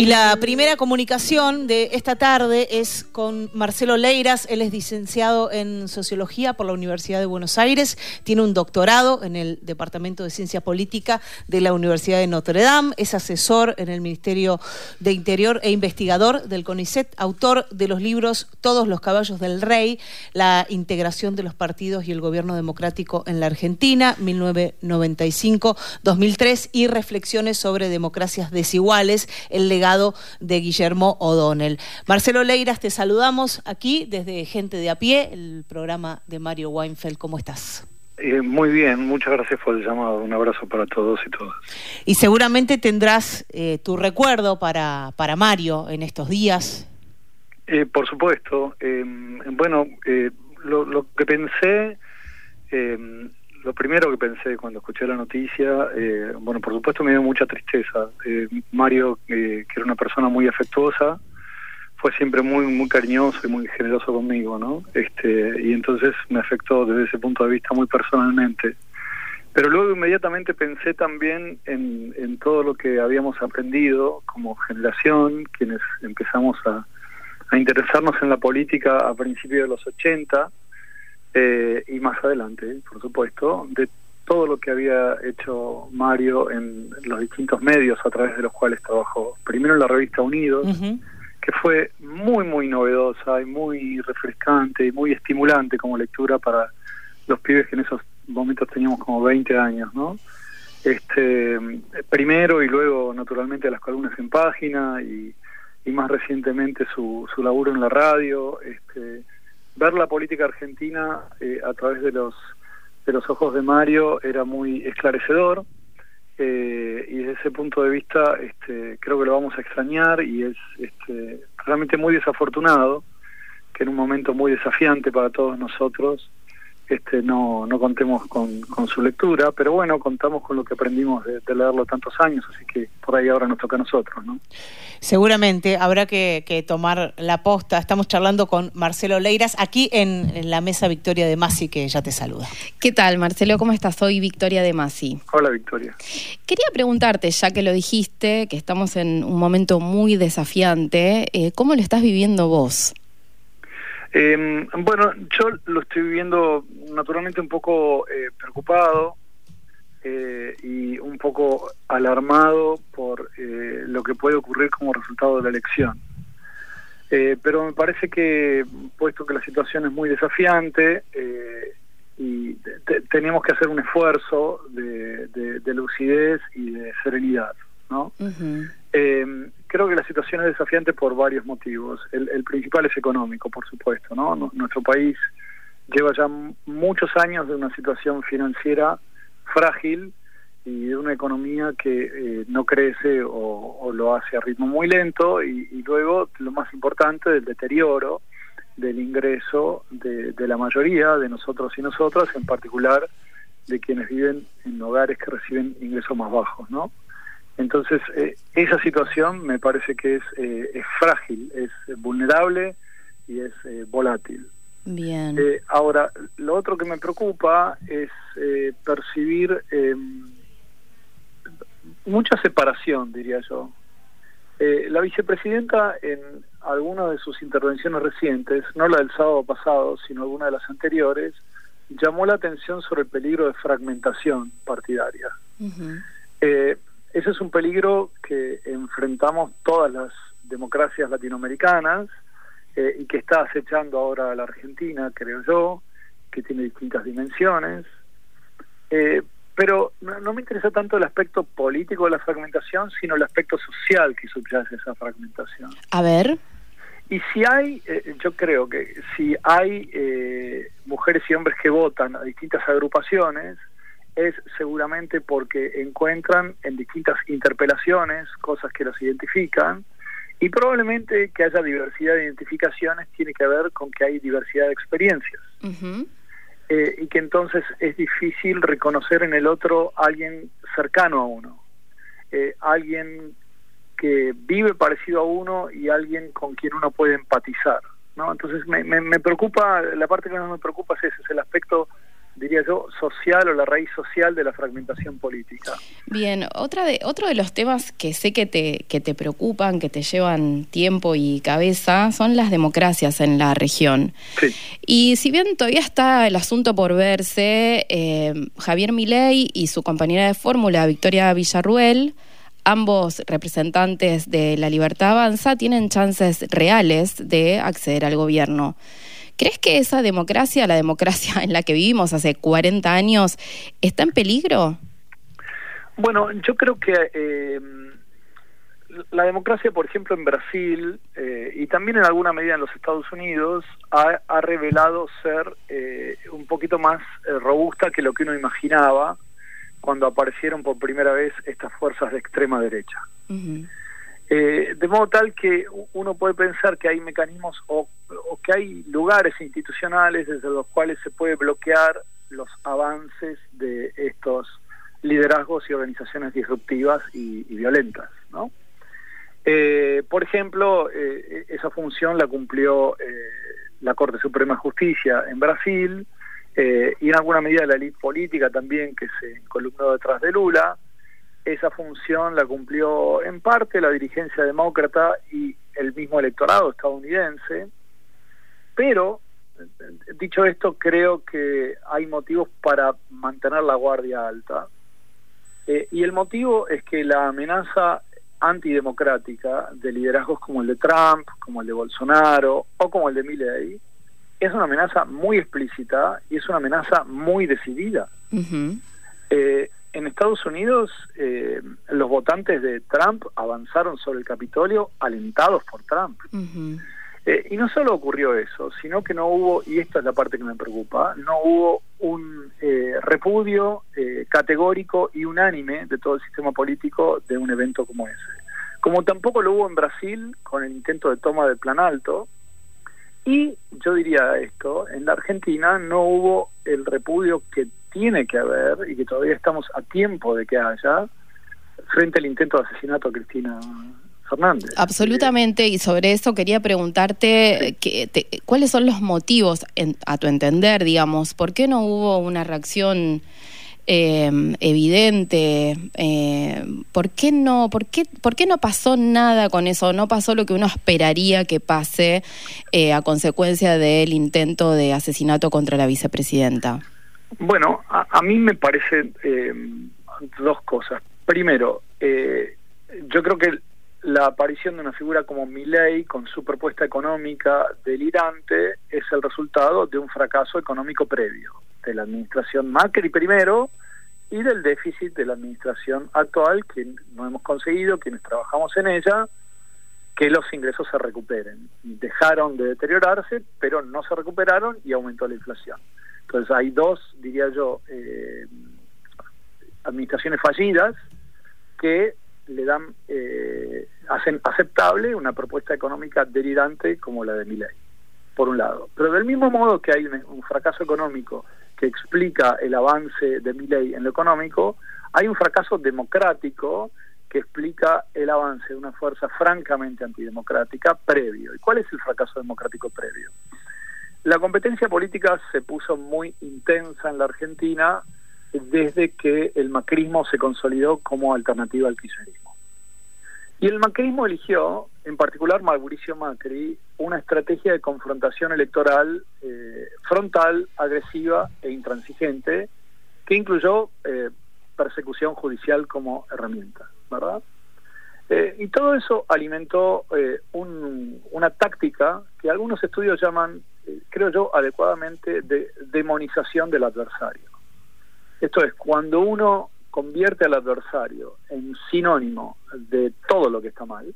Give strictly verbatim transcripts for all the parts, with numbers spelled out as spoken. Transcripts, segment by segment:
Y la primera comunicación de esta tarde es con Marcelo Leiras. Él es licenciado en Sociología por la Universidad de Buenos Aires, tiene un doctorado en el Departamento de Ciencia Política de la Universidad de Notre Dame, es asesor en el Ministerio de Interior e investigador del CONICET, autor de los libros Todos los caballos del rey, la integración de los partidos y el gobierno democrático en la Argentina, mil novecientos noventa y cinco a dos mil tres, y Reflexiones sobre democracias desiguales, el legado de Guillermo O'Donnell. Marcelo Leiras, te saludamos aquí desde Gente de a Pie, el programa de Mario Weinfeld. ¿Cómo estás? Eh, muy bien, muchas gracias por el llamado. Un abrazo para todos y todas. Y seguramente tendrás eh, tu recuerdo para, para Mario en estos días. Eh, por supuesto. Eh, bueno, eh, lo, lo que pensé... Eh, Lo primero que pensé cuando escuché la noticia, eh, bueno, por supuesto me dio mucha tristeza. Eh, Mario, eh, que era una persona muy afectuosa, fue siempre muy muy cariñoso y muy generoso conmigo, ¿no? Este, y entonces me afectó desde ese punto de vista muy personalmente. Pero luego inmediatamente pensé también en, en todo lo que habíamos aprendido como generación, quienes empezamos a, a interesarnos en la política a principios de los ochenta, Eh, y más adelante, por supuesto, de todo lo que había hecho Mario en los distintos medios a través de los cuales trabajó. Primero en la revista Unidos, uh-huh. que fue muy, muy novedosa y muy refrescante y muy estimulante como lectura para los pibes que en esos momentos teníamos como veinte años, ¿no? Este, primero y luego, naturalmente, las columnas en página y, y más recientemente su, su laburo en la radio, este... Ver la política argentina eh, a través de los de los ojos de Mario era muy esclarecedor, eh, y desde ese punto de vista este, creo que lo vamos a extrañar, y es este, realmente muy desafortunado que en un momento muy desafiante para todos nosotros este, no, no contemos con, con su lectura, pero bueno, contamos con lo que aprendimos de, de leerlo tantos años, así que por ahí ahora nos toca a nosotros, ¿no? Seguramente habrá que, que tomar la posta. Estamos charlando con Marcelo Leiras aquí en, en la mesa Victoria de Masi, que ya te saluda. ¿Qué tal, Marcelo? ¿Cómo estás? Soy Victoria de Masi. Hola, Victoria. Quería preguntarte, ya que lo dijiste, que estamos en un momento muy desafiante, eh, ¿cómo lo estás viviendo vos? Eh, bueno, yo lo estoy viviendo naturalmente un poco eh, preocupado eh, y un poco alarmado por eh, lo que puede ocurrir como resultado de la elección. Eh, pero me parece que, puesto que la situación es muy desafiante, eh, y te, tenemos que hacer un esfuerzo de, de, de lucidez y de serenidad, ¿no? Uh-huh. Eh, creo que la situación es desafiante por varios motivos. El, el principal es económico, por supuesto, ¿no? Nuestro país lleva ya muchos años de una situación financiera frágil y de una economía que eh, no crece o, o lo hace a ritmo muy lento, y, y luego, lo más importante, del deterioro del ingreso de, de la mayoría de nosotros y nosotras, en particular de quienes viven en hogares que reciben ingresos más bajos, ¿no? Entonces, eh, esa situación me parece que es, eh, es frágil, es vulnerable y es eh, volátil. Bien. Eh, ahora, lo otro que me preocupa es eh, percibir eh, mucha separación, diría yo. Eh, la vicepresidenta, en alguna de sus intervenciones recientes, no la del sábado pasado, sino alguna de las anteriores, llamó la atención sobre el peligro de fragmentación partidaria. Uh-huh. Eh, Ese es un peligro que enfrentamos todas las democracias latinoamericanas eh, y que está acechando ahora a la Argentina, creo yo, que tiene distintas dimensiones. Eh, pero no, no me interesa tanto el aspecto político de la fragmentación, sino el aspecto social que subyace esa fragmentación. A ver. Y si hay, eh, yo creo que si hay eh, mujeres y hombres que votan a distintas agrupaciones, es seguramente porque encuentran en distintas interpelaciones cosas que los identifican, y probablemente que haya diversidad de identificaciones tiene que ver con que hay diversidad de experiencias. Uh-huh. eh, y que entonces es difícil reconocer en el otro a alguien cercano a uno, eh, alguien que vive parecido a uno y alguien con quien uno puede empatizar, ¿no? Entonces me, me, me preocupa, la parte que más me preocupa es ese, es el aspecto diría yo, social o la raíz social de la fragmentación política. Bien, otra de, otro de los temas que sé que te, que te preocupan, que te llevan tiempo y cabeza, son las democracias en la región. Sí. Y si bien todavía está el asunto por verse, eh, Javier Milei y su compañera de fórmula, Victoria Villarruel, ambos representantes de La Libertad Avanza, tienen chances reales de acceder al gobierno. ¿Crees que esa democracia, la democracia en la que vivimos hace cuarenta años, está en peligro? Bueno, yo creo que eh, la democracia, por ejemplo, en Brasil eh, y también en alguna medida en los Estados Unidos, ha, ha revelado ser eh, un poquito más eh, robusta que lo que uno imaginaba cuando aparecieron por primera vez estas fuerzas de extrema derecha. Uh-huh. Eh, de modo tal que uno puede pensar que hay mecanismos o, o que hay lugares institucionales desde los cuales se puede bloquear los avances de estos liderazgos y organizaciones disruptivas y, y violentas, ¿no? Eh, por ejemplo, eh, esa función la cumplió eh, la Corte Suprema de Justicia en Brasil eh, y en alguna medida la élite política también que se encolumnó detrás de Lula. Esa función la cumplió en parte la dirigencia demócrata y el mismo electorado estadounidense, pero, dicho esto, creo que hay motivos para mantener la guardia alta. Eh, y el motivo es que la amenaza antidemocrática de liderazgos como el de Trump, como el de Bolsonaro o como el de Milei es una amenaza muy explícita y es una amenaza muy decidida. Uh-huh. Eh, En Estados Unidos, eh, los votantes de Trump avanzaron sobre el Capitolio alentados por Trump. Uh-huh. Eh, y no solo ocurrió eso, sino que no hubo, y esta es la parte que me preocupa, no hubo un eh, repudio eh, categórico y unánime de todo el sistema político de un evento como ese. Como tampoco lo hubo en Brasil con el intento de toma del Plan Alto, y yo diría esto, en la Argentina no hubo el repudio que tiene que haber y que todavía estamos a tiempo de que haya frente al intento de asesinato a Cristina Fernández. Absolutamente, y sobre eso quería preguntarte sí. que te, cuáles son los motivos, en, a tu entender, digamos, ¿por qué no hubo una reacción eh, evidente? Eh, ¿por qué no, por qué, por qué no pasó nada con eso? ¿No pasó lo que uno esperaría que pase eh, a consecuencia del intento de asesinato contra la vicepresidenta? Bueno, a, a mí me parecen eh, dos cosas. Primero, eh, yo creo que la aparición de una figura como Milei con su propuesta económica delirante es el resultado de un fracaso económico previo de la administración Macri primero y del déficit de la administración actual que no hemos conseguido, quienes trabajamos en ella, que los ingresos se recuperen. Dejaron de deteriorarse, pero no se recuperaron y aumentó la inflación. Entonces hay dos, diría yo, eh, administraciones fallidas que le dan, eh, hacen aceptable una propuesta económica delirante como la de Milei, por un lado. Pero del mismo modo que hay un, un fracaso económico que explica el avance de Milei en lo económico, hay un fracaso democrático que explica el avance de una fuerza francamente antidemocrática previo. ¿Y cuál es el fracaso democrático previo? La competencia política se puso muy intensa en la Argentina desde que el macrismo se consolidó como alternativa al kirchnerismo. Y el macrismo eligió, en particular Mauricio Macri, una estrategia de confrontación electoral eh, frontal, agresiva e intransigente, que incluyó eh, persecución judicial como herramienta, ¿verdad? Eh, y todo eso alimentó eh, un, una táctica que algunos estudios llaman, eh, creo yo, adecuadamente, de demonización del adversario. Esto es, cuando uno convierte al adversario en sinónimo de todo lo que está mal,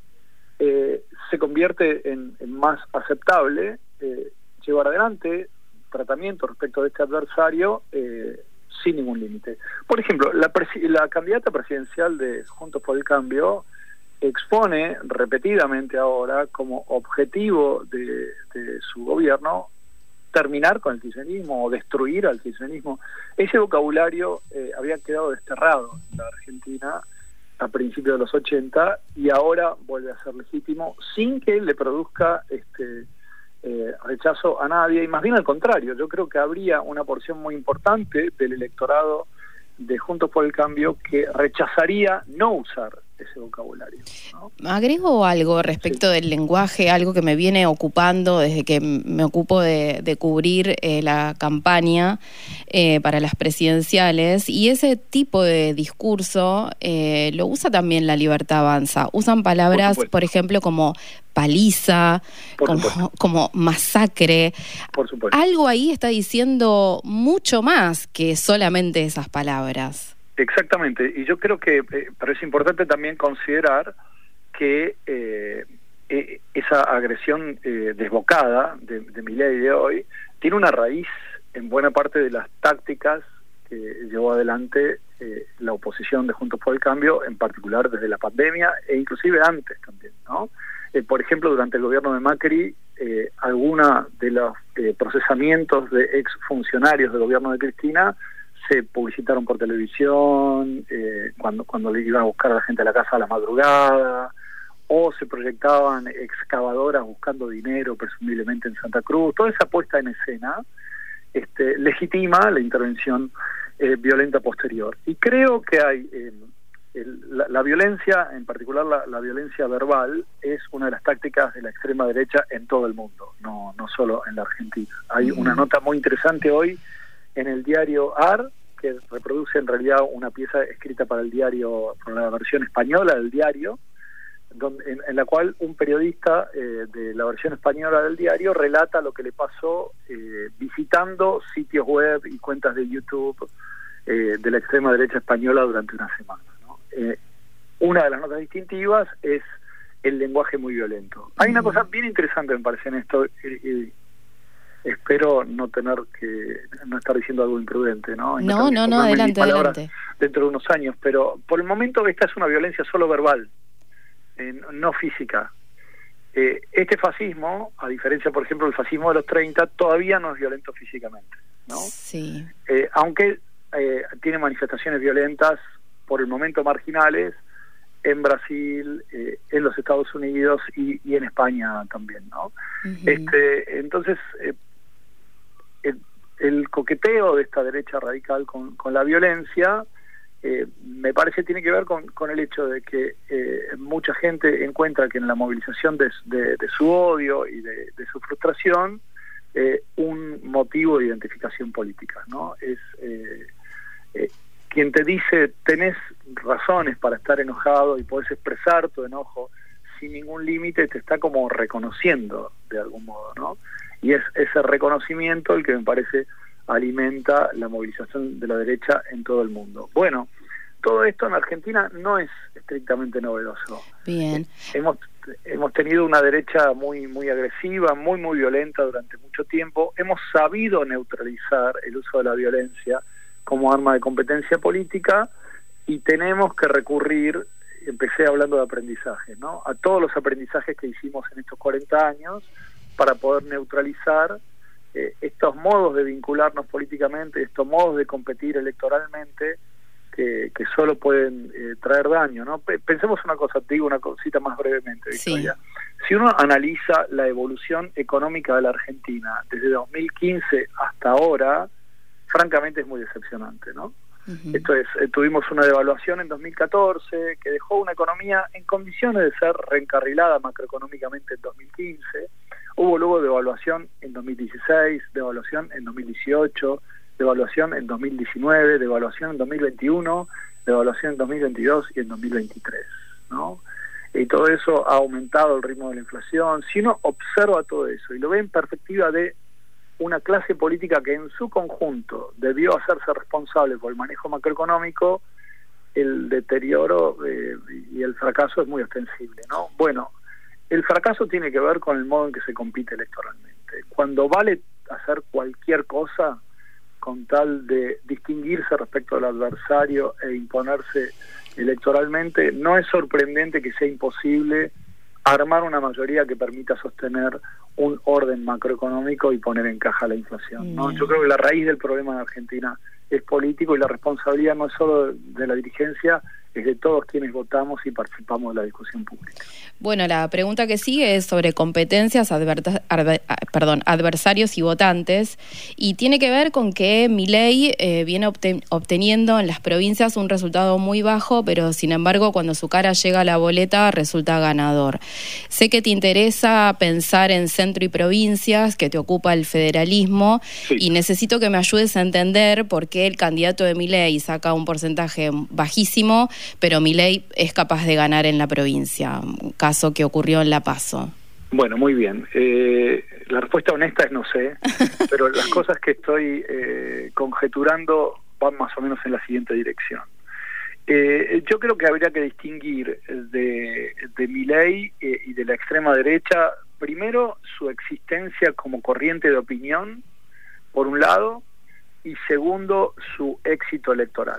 eh, se convierte en, en más aceptable eh, llevar adelante tratamiento respecto de este adversario eh, sin ningún límite. Por ejemplo, la, la candidata presidencial de Juntos por el Cambio expone repetidamente ahora como objetivo de, de su gobierno terminar con el kirchnerismo o destruir al kirchnerismo. Ese vocabulario eh, había quedado desterrado en la Argentina a principios de los ochenta y ahora vuelve a ser legítimo sin que le produzca este eh, rechazo a nadie, y más bien al contrario, yo creo que habría una porción muy importante del electorado de Juntos por el Cambio que rechazaría no usar ese vocabulario, ¿no? Agrego algo respecto sí. del lenguaje, algo que me viene ocupando desde que me ocupo de, de cubrir eh, la campaña eh, para las presidenciales, y ese tipo de discurso eh, lo usa también La Libertad Avanza. Usan palabras, por, por ejemplo, como paliza, como, como masacre. Por supuesto. Algo ahí está diciendo mucho más que solamente esas palabras. Exactamente, y yo creo que, eh, pero es importante también considerar que eh, eh, esa agresión eh, desbocada de, de Milei de hoy tiene una raíz en buena parte de las tácticas que llevó adelante eh, la oposición de Juntos por el Cambio, en particular desde la pandemia e inclusive antes también, ¿no? Eh, por ejemplo, durante el gobierno de Macri, eh, alguna de los eh, procesamientos de exfuncionarios del gobierno de Cristina se publicitaron por televisión, eh, cuando cuando le iban a buscar a la gente a la casa a la madrugada, o se proyectaban excavadoras buscando dinero, presumiblemente en Santa Cruz. Toda esa puesta en escena este, legitima la intervención eh, violenta posterior. Y creo que hay eh, el, la, la violencia, en particular la, la violencia verbal, es una de las tácticas de la extrema derecha en todo el mundo, no, no solo en la Argentina. Hay mm. una nota muy interesante hoy en el diario A R, que reproduce en realidad una pieza escrita para el diario, para la versión española del diario, donde, en, en la cual un periodista eh, de la versión española del diario relata lo que le pasó eh, visitando sitios web y cuentas de YouTube eh, de la extrema derecha española durante una semana, ¿no? Eh, una de las notas distintivas es el lenguaje muy violento. Hay una cosa bien interesante, me parece, en esto, y, y espero no tener que no estar diciendo algo imprudente, ¿no? Y no, no, no, adelante, adelante. Dentro de unos años, pero por el momento esta es una violencia solo verbal, eh, no física. Eh, este fascismo, a diferencia, por ejemplo, del fascismo de los treinta, todavía no es violento físicamente, ¿no? Sí. Eh, aunque eh, tiene manifestaciones violentas, por el momento marginales, en Brasil, eh, en los Estados Unidos y, y en España también, ¿no? Uh-huh. Este, entonces, eh, el, el coqueteo de esta derecha radical con, con la violencia, eh, me parece tiene que ver con, con el hecho de que eh, mucha gente encuentra que en la movilización de, de, de su odio y de, de su frustración, eh, un motivo de identificación política, ¿no? Es eh, eh, quien te dice tenés razones para estar enojado y podés expresar tu enojo sin ningún límite, te está como reconociendo de algún modo, ¿no? Y es ese reconocimiento el que me parece alimenta la movilización de la derecha en todo el mundo. Bueno, todo esto en Argentina no es estrictamente novedoso. Bien. Eh, hemos hemos tenido una derecha muy muy agresiva, muy muy violenta durante mucho tiempo. Hemos sabido neutralizar el uso de la violencia como arma de competencia política y tenemos que recurrir, empecé hablando de aprendizaje, ¿no?, a todos los aprendizajes que hicimos en estos cuarenta años para poder neutralizar eh, estos modos de vincularnos políticamente, estos modos de competir electoralmente que, que solo pueden eh, traer daño, ¿no? Pensemos una cosa, te digo una cosita más brevemente, Victoria. Sí. Si uno analiza la evolución económica de la Argentina desde dos mil quince hasta ahora, francamente es muy decepcionante, ¿no? Uh-huh. Esto es, eh, tuvimos una devaluación en dos mil catorce que dejó una economía en condiciones de ser reencarrilada macroeconómicamente en dos mil quince. Hubo luego devaluación en dos mil dieciséis, devaluación en dos mil dieciocho, devaluación en dos mil diecinueve, devaluación en dos mil veintiuno, devaluación en dos mil veintidós y en dos mil veintitrés, ¿no? Y todo eso ha aumentado el ritmo de la inflación. Si uno observa todo eso y lo ve en perspectiva de una clase política que en su conjunto debió hacerse responsable por el manejo macroeconómico, el deterioro eh, y el fracaso es muy ostensible, ¿no? Bueno, el fracaso tiene que ver con el modo en que se compite electoralmente. Cuando vale hacer cualquier cosa con tal de distinguirse respecto al adversario e imponerse electoralmente, no es sorprendente que sea imposible armar una mayoría que permita sostener un orden macroeconómico y poner en caja la inflación, ¿no? Yo creo que la raíz del problema en Argentina es político y la responsabilidad no es solo de la dirigencia, es de todos quienes votamos y participamos de la discusión pública. Bueno, la pregunta que sigue es sobre competencias, adver- adver- perdón, adversarios y votantes, y tiene que ver con que Milei eh, viene obten- obteniendo en las provincias un resultado muy bajo, pero sin embargo cuando su cara llega a la boleta resulta ganador. Sé que te interesa pensar en centro y provincias, que te ocupa el federalismo, sí. Y necesito que me ayudes a entender por qué el candidato de Milei saca un porcentaje bajísimo, pero Milei es capaz de ganar en la provincia, caso que ocurrió en La Paso. Bueno, muy bien. Eh, la respuesta honesta es no sé, pero las cosas que estoy eh, conjeturando van más o menos en la siguiente dirección. Eh, yo creo que habría que distinguir de, de Milei eh, y de la extrema derecha, primero, su existencia como corriente de opinión, por un lado, y segundo, su éxito electoral.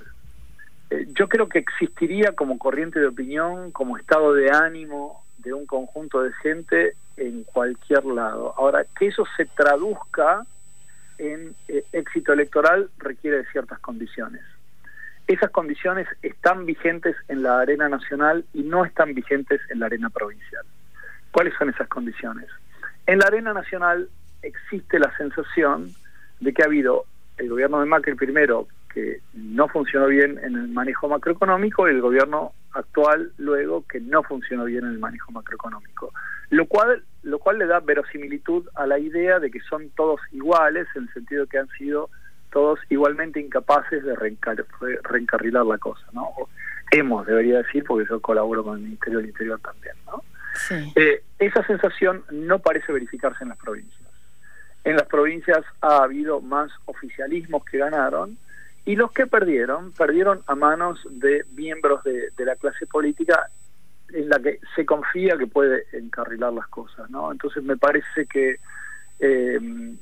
Yo creo que existiría como corriente de opinión, como estado de ánimo de un conjunto de gente en cualquier lado. Ahora, que eso se traduzca en eh, éxito electoral requiere de ciertas condiciones. Esas condiciones están vigentes en la arena nacional y no están vigentes en la arena provincial. ¿Cuáles son esas condiciones? En la arena nacional existe la sensación de que ha habido el gobierno de Macri primero, que no funcionó bien en el manejo macroeconómico, y el gobierno actual luego que no funcionó bien en el manejo macroeconómico, lo cual lo cual le da verosimilitud a la idea de que son todos iguales, en el sentido que han sido todos igualmente incapaces de reencar- reencarrilar la cosa, ¿no? O hemos, debería decir, porque yo colaboro con el Ministerio del Interior también, ¿no? Sí. Eh, esa sensación no parece verificarse en las provincias. En las provincias ha habido más oficialismos que ganaron, y los que perdieron, perdieron a manos de miembros de, de la clase política en la que se confía que puede encarrilar las cosas, ¿no? Entonces me parece que eh,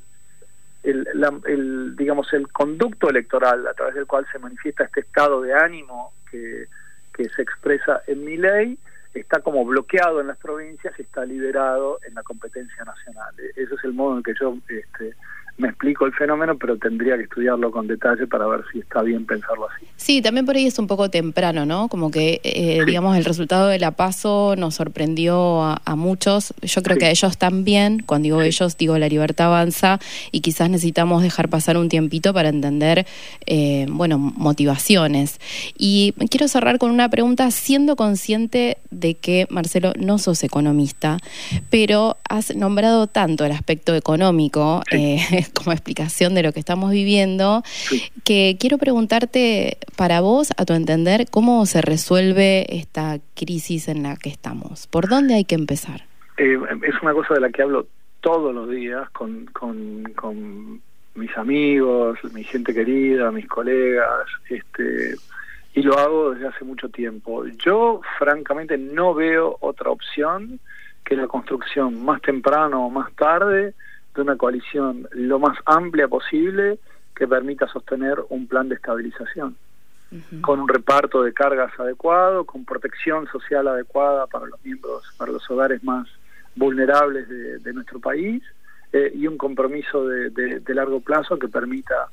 el, la, el, digamos, el conducto electoral a través del cual se manifiesta este estado de ánimo que, que se expresa en Milei está como bloqueado en las provincias y está liberado en la competencia nacional. Ese es el modo en que yo este, me explico el fenómeno, pero tendría que estudiarlo con detalle para ver si está bien pensarlo así. Sí, también por ahí es un poco temprano, ¿no? Como que, eh, sí. digamos, el resultado de La Paso nos sorprendió a, a muchos. Yo creo sí. que a ellos también. Cuando digo sí. ellos, digo La Libertad Avanza, y quizás necesitamos dejar pasar un tiempito para entender, eh, bueno, motivaciones. Y quiero cerrar con una pregunta, siendo consciente de que, Marcelo, no sos economista, pero has nombrado tanto el aspecto económico, sí. eh, como explicación de lo que estamos viviendo, sí. que quiero preguntarte, para vos, a tu entender, ¿cómo se resuelve esta crisis en la que estamos? ¿Por dónde hay que empezar? Eh, es una cosa de la que hablo todos los días con, con, con mis amigos, mi gente querida, mis colegas, este, y lo hago desde hace mucho tiempo. Yo, francamente, no veo otra opción que la construcción más temprano o más tarde de una coalición lo más amplia posible que permita sostener un plan de estabilización, uh-huh. con un reparto de cargas adecuado, con protección social adecuada para los miembros, para los hogares más vulnerables de, de nuestro país, eh, y un compromiso de, de, de largo plazo que permita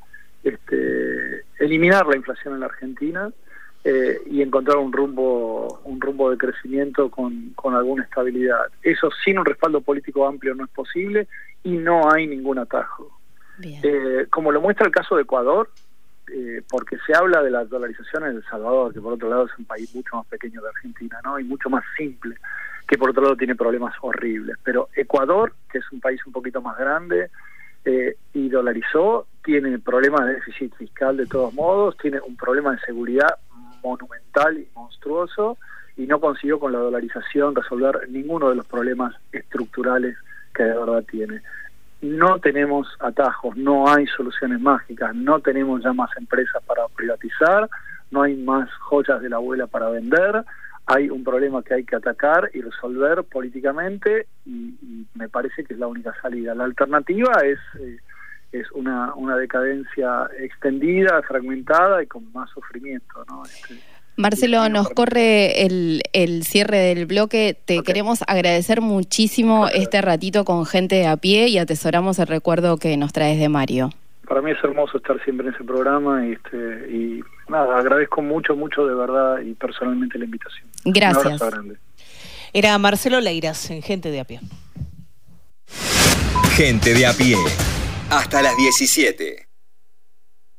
este, eliminar la inflación en la Argentina eh, y encontrar un rumbo un rumbo de crecimiento con, con alguna estabilidad. Eso sin un respaldo político amplio no es posible, y no hay ningún atajo. Eh, como lo muestra el caso de Ecuador, eh, porque se habla de la dolarización en El Salvador, que por otro lado es un país mucho más pequeño que Argentina, ¿no? Y mucho más simple, que por otro lado tiene problemas horribles. Pero Ecuador, que es un país un poquito más grande, eh, y dolarizó, tiene problemas de déficit fiscal de todos modos, tiene un problema de seguridad monumental y monstruoso, y no consiguió con la dolarización resolver ninguno de los problemas estructurales que de verdad tiene. No tenemos atajos, no hay soluciones mágicas, no tenemos ya más empresas para privatizar, no hay más joyas de la abuela para vender, hay un problema que hay que atacar y resolver políticamente, y, y me parece que es la única salida. La alternativa es, eh, es una, una decadencia extendida, fragmentada y con más sufrimiento, ¿no? Este, Marcelo, nos corre el, el cierre del bloque. Te okay. queremos agradecer muchísimo okay. este ratito con gente de a pie, y atesoramos el recuerdo que nos traes de Mario. para mí es hermoso estar siempre en ese programa y, este, y nada, agradezco mucho, mucho de verdad y personalmente la invitación. Gracias. Un abrazo grande. Era Marcelo Leiras en Gente de a Pie. Gente de a Pie. Hasta las diecisiete.